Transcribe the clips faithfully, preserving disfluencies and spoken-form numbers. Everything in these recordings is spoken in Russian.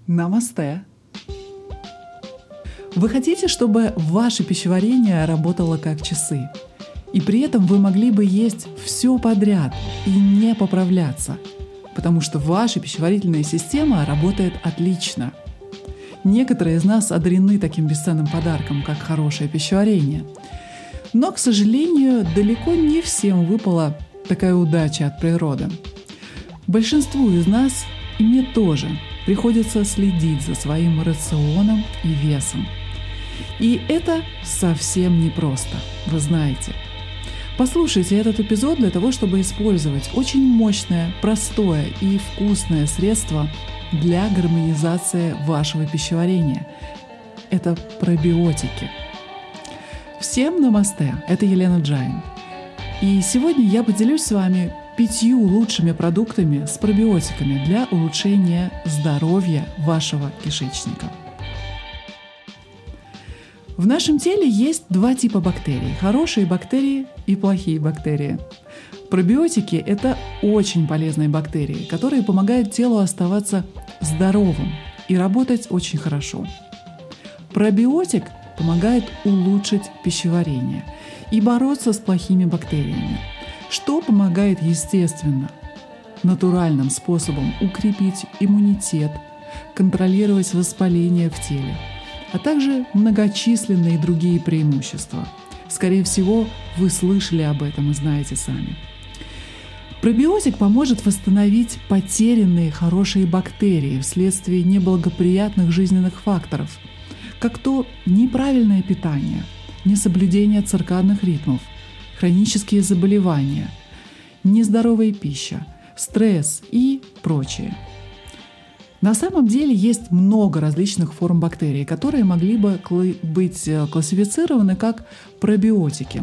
Намасте! Вы хотите, чтобы ваше пищеварение работало как часы, и при этом вы могли бы есть все подряд и не поправляться, потому что ваша пищеварительная система работает отлично. Некоторые из нас одарены таким бесценным подарком, как хорошее пищеварение. Но, к сожалению, далеко не всем выпала такая удача от природы. Большинству из нас, и мне тоже, приходится следить за своим рационом и весом. И это совсем непросто, вы знаете. Послушайте этот эпизод для того, чтобы использовать очень мощное, простое и вкусное средство для гармонизации вашего пищеварения. Это пробиотики. Всем намасте! Это Елена Джайн. И сегодня я поделюсь с вами пятью лучшими продуктами с пробиотиками для улучшения здоровья вашего кишечника. В нашем теле есть два типа бактерий – хорошие бактерии и плохие бактерии. Пробиотики – это очень полезные бактерии, которые помогают телу оставаться здоровым и работать очень хорошо. Пробиотик помогает улучшить пищеварение и бороться с плохими бактериями, что помогает, естественно, натуральным способом укрепить иммунитет, контролировать воспаление в теле, а также многочисленные другие преимущества. Скорее всего, вы слышали об этом и знаете сами. Пробиотик поможет восстановить потерянные хорошие бактерии вследствие неблагоприятных жизненных факторов, как то неправильное питание, несоблюдение циркадных ритмов, хронические заболевания, нездоровая пища, стресс и прочее. На самом деле есть много различных форм бактерий, которые могли бы быть классифицированы как пробиотики.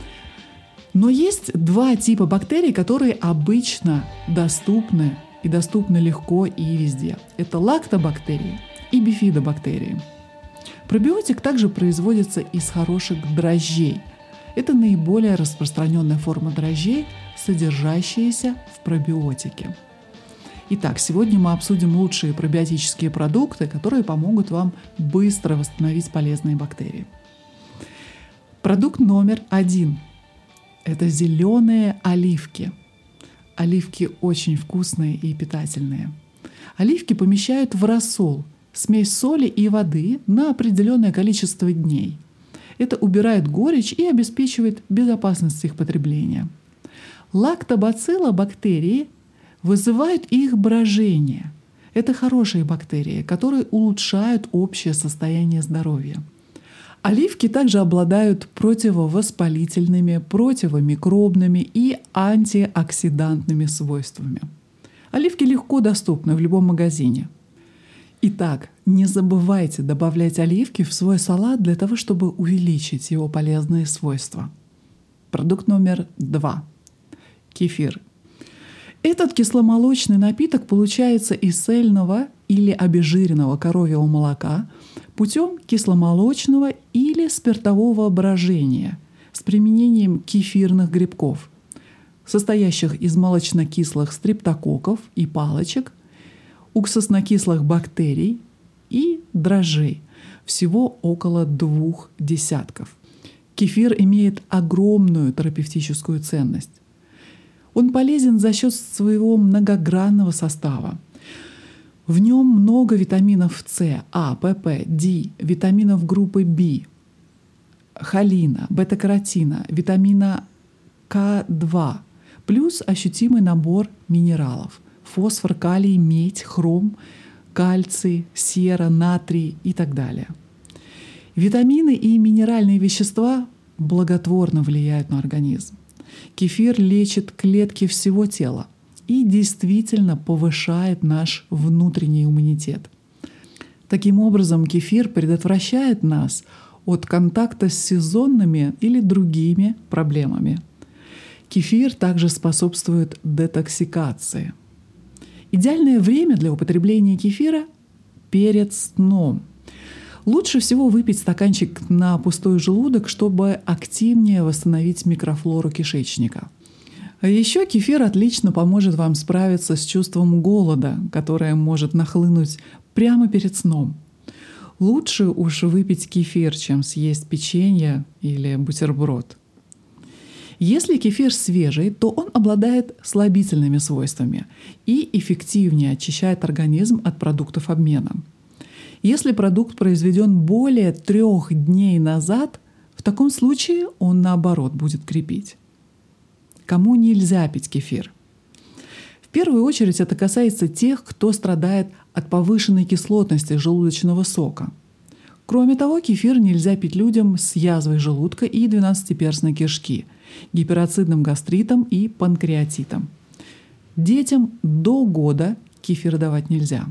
Но есть два типа бактерий, которые обычно доступны и доступны легко и везде. Это лактобактерии и бифидобактерии. Пробиотик также производится из хороших дрожжей. Это наиболее распространенная форма дрожжей, содержащаяся в пробиотике. Итак, сегодня мы обсудим лучшие пробиотические продукты, которые помогут вам быстро восстановить полезные бактерии. Продукт номер один – это зеленые оливки. Оливки очень вкусные и питательные. Оливки помещают в рассол, смесь соли и воды на определенное количество дней. Это убирает горечь и обеспечивает безопасность их потребления. Лактобациллобактерии вызывают их брожение. Это хорошие бактерии, которые улучшают общее состояние здоровья. Оливки также обладают противовоспалительными, противомикробными и антиоксидантными свойствами. Оливки легко доступны в любом магазине. Итак, не забывайте добавлять оливки в свой салат для того, чтобы увеличить его полезные свойства. Продукт номер два. Кефир. Этот кисломолочный напиток получается из цельного или обезжиренного коровьего молока путем кисломолочного или спиртового брожения с применением кефирных грибков, состоящих из молочно-кислых стрептококков и палочек, уксусно-кислых бактерий и дрожжей, всего около двух десятков. Кефир имеет огромную терапевтическую ценность. Он полезен за счет своего многогранного состава. В нем много витаминов С, А, ПП, Д, витаминов группы В, холина, бета-каротина, витамина К два, плюс ощутимый набор минералов – фосфор, калий, медь, хром, кальций, сера, натрий и так далее. Витамины и минеральные вещества благотворно влияют на организм. Кефир лечит клетки всего тела и действительно повышает наш внутренний иммунитет. Таким образом, кефир предотвращает нас от контакта с сезонными или другими проблемами. Кефир также способствует детоксикации. Идеальное время для употребления кефира – перед сном. Лучше всего выпить стаканчик на пустой желудок, чтобы активнее восстановить микрофлору кишечника. А еще кефир отлично поможет вам справиться с чувством голода, которое может нахлынуть прямо перед сном. Лучше уж выпить кефир, чем съесть печенье или бутерброд. Если кефир свежий, то он обладает слабительными свойствами и эффективнее очищает организм от продуктов обмена. Если продукт произведен более трех дней назад, в таком случае он, наоборот, будет крепить. Кому нельзя пить кефир? В первую очередь это касается тех, кто страдает от повышенной кислотности желудочного сока. Кроме того, кефир нельзя пить людям с язвой желудка и двенадцатиперстной кишки, гиперацидным гастритом и панкреатитом. Детям до года кефир давать нельзя.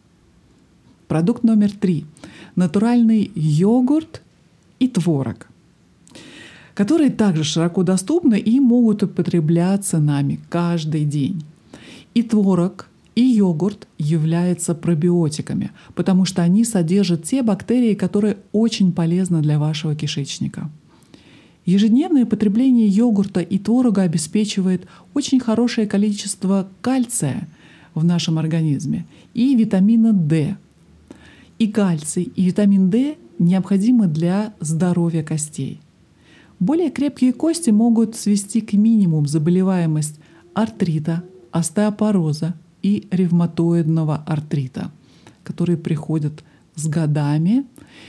Продукт номер три. Натуральный йогурт и творог, которые также широко доступны и могут употребляться нами каждый день. И творог, и йогурт являются пробиотиками, потому что они содержат те бактерии, которые очень полезны для вашего кишечника. Ежедневное потребление йогурта и творога обеспечивает очень хорошее количество кальция в нашем организме и витамина D. И кальций, и витамин D необходимы для здоровья костей. Более крепкие кости могут свести к минимуму заболеваемость артрита, остеопороза и ревматоидного артрита, которые приходят с годами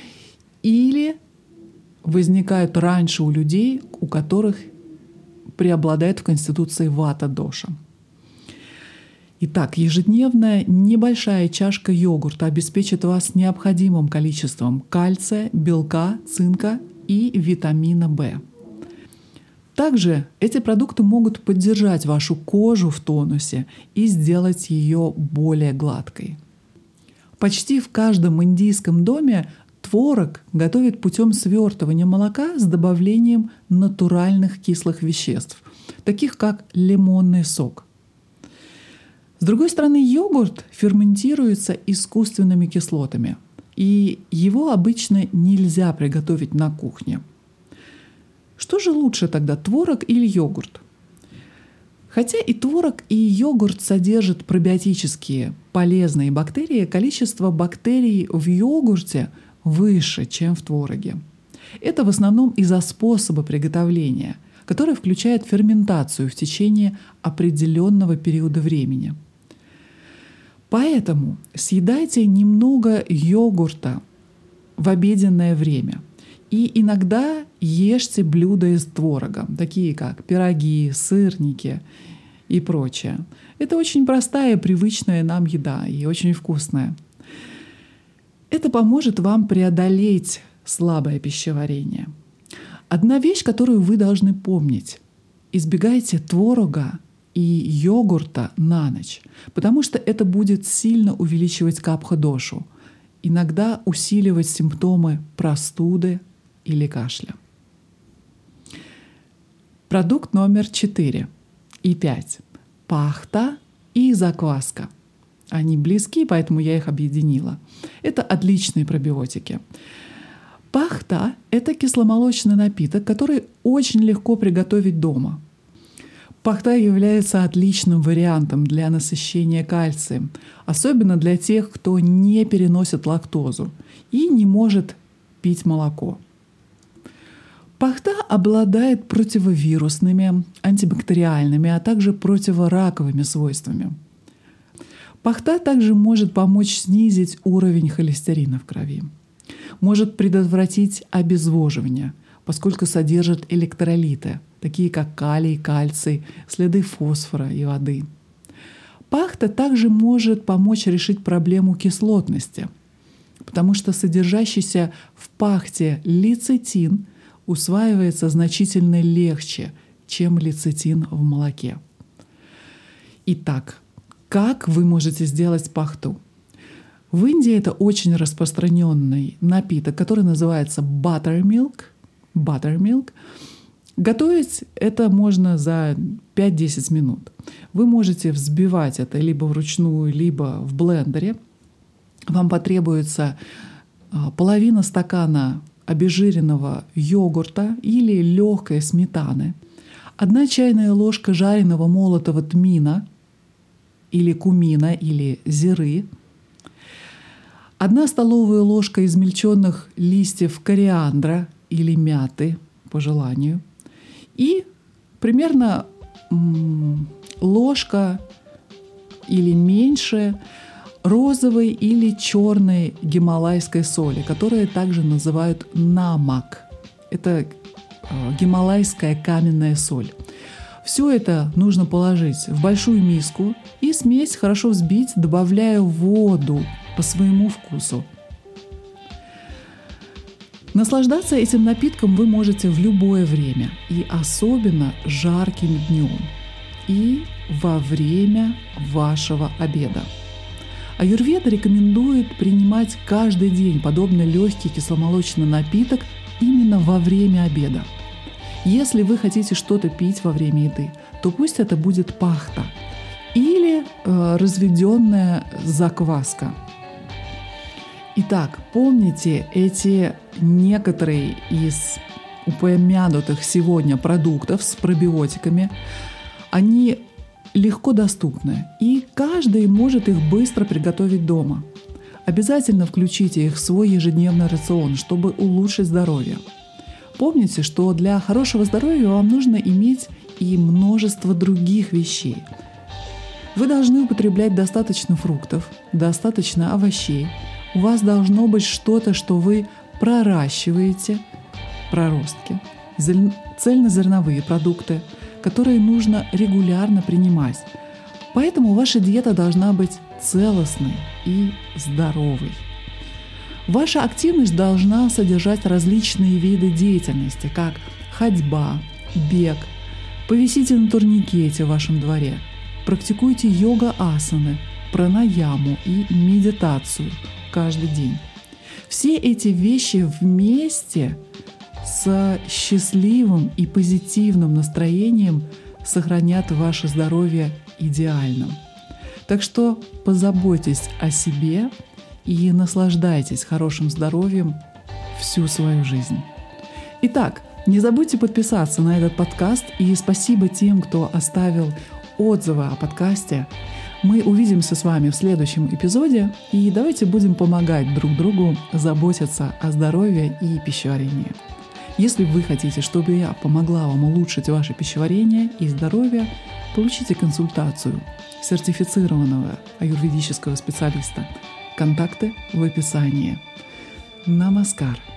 или возникают раньше у людей, у которых преобладает в конституции вата-доша. Итак, ежедневная небольшая чашка йогурта обеспечит вас необходимым количеством кальция, белка, цинка и витамина В. Также эти продукты могут поддержать вашу кожу в тонусе и сделать ее более гладкой. Почти в каждом индийском доме творог готовят путем свертывания молока с добавлением натуральных кислых веществ, таких как лимонный сок. С другой стороны, йогурт ферментируется искусственными кислотами, и его обычно нельзя приготовить на кухне. Что же лучше тогда, творог или йогурт? Хотя и творог, и йогурт содержат пробиотические полезные бактерии, количество бактерий в йогурте выше, чем в твороге. Это в основном из-за способа приготовления, который включает ферментацию в течение определенного периода времени. Поэтому съедайте немного йогурта в обеденное время. И иногда ешьте блюда из творога, такие как пироги, сырники и прочее. Это очень простая, привычная нам еда и очень вкусная. Это поможет вам преодолеть слабое пищеварение. Одна вещь, которую вы должны помнить. Избегайте творога и йогурта на ночь, потому что это будет сильно увеличивать капха-дошу, иногда усиливать симптомы простуды или кашля. Продукт номер четыре и пять. Пахта и закваска. Они близки, поэтому я их объединила. Это отличные пробиотики. Пахта — это кисломолочный напиток, который очень легко приготовить дома. Пахта является отличным вариантом для насыщения кальцием, особенно для тех, кто не переносит лактозу и не может пить молоко. Пахта обладает противовирусными, антибактериальными, а также противораковыми свойствами. Пахта также может помочь снизить уровень холестерина в крови, может предотвратить обезвоживание, поскольку содержит электролиты, такие как калий, кальций, следы фосфора и воды. Пахта также может помочь решить проблему кислотности, потому что содержащийся в пахте лецитин усваивается значительно легче, чем лецитин в молоке. Итак, как вы можете сделать пахту? В Индии это очень распространенный напиток, который называется buttermilk. Buttermilk. Готовить это можно за пять-десять минут. Вы можете взбивать это либо вручную, либо в блендере. Вам потребуется половина стакана обезжиренного йогурта или легкой сметаны, одна чайная ложка жареного молотого тмина или кумина или зиры, одна столовая ложка измельченных листьев кориандра или мяты по желанию и примерно м- ложка или меньше розовой или черной гималайской соли, которую также называют намак. Это гималайская каменная соль. Все это нужно положить в большую миску и смесь хорошо взбить, добавляя воду по своему вкусу. Наслаждаться этим напитком вы можете в любое время, и особенно жарким днем, и во время вашего обеда. Аюрведа рекомендует принимать каждый день подобный легкий кисломолочный напиток именно во время обеда. Если вы хотите что-то пить во время еды, то пусть это будет пахта или э, разведенная закваска. Итак, помните эти некоторые из упомянутых сегодня продуктов с пробиотиками. Они легко доступны, и каждый может их быстро приготовить дома. Обязательно включите их в свой ежедневный рацион, чтобы улучшить здоровье. Помните, что для хорошего здоровья вам нужно иметь и множество других вещей. Вы должны употреблять достаточно фруктов, достаточно овощей. У вас должно быть что-то, что вы проращиваете, проростки, цельнозерновые продукты, которые нужно регулярно принимать. Поэтому ваша диета должна быть целостной и здоровой. Ваша активность должна содержать различные виды деятельности, как ходьба, бег. Повисите на турникете в вашем дворе. Практикуйте йога-асаны, пранаяму и медитацию каждый день. Все эти вещи вместе с счастливым и позитивным настроением сохранят ваше здоровье идеальным. Так что позаботьтесь о себе и наслаждайтесь хорошим здоровьем всю свою жизнь. Итак, не забудьте подписаться на этот подкаст, и спасибо тем, кто оставил отзывы о подкасте. Мы увидимся с вами в следующем эпизоде, и давайте будем помогать друг другу заботиться о здоровье и пищеварении. Если вы хотите, чтобы я помогла вам улучшить ваше пищеварение и здоровье, получите консультацию сертифицированного аюрведического специалиста. Контакты в описании. Намаскар.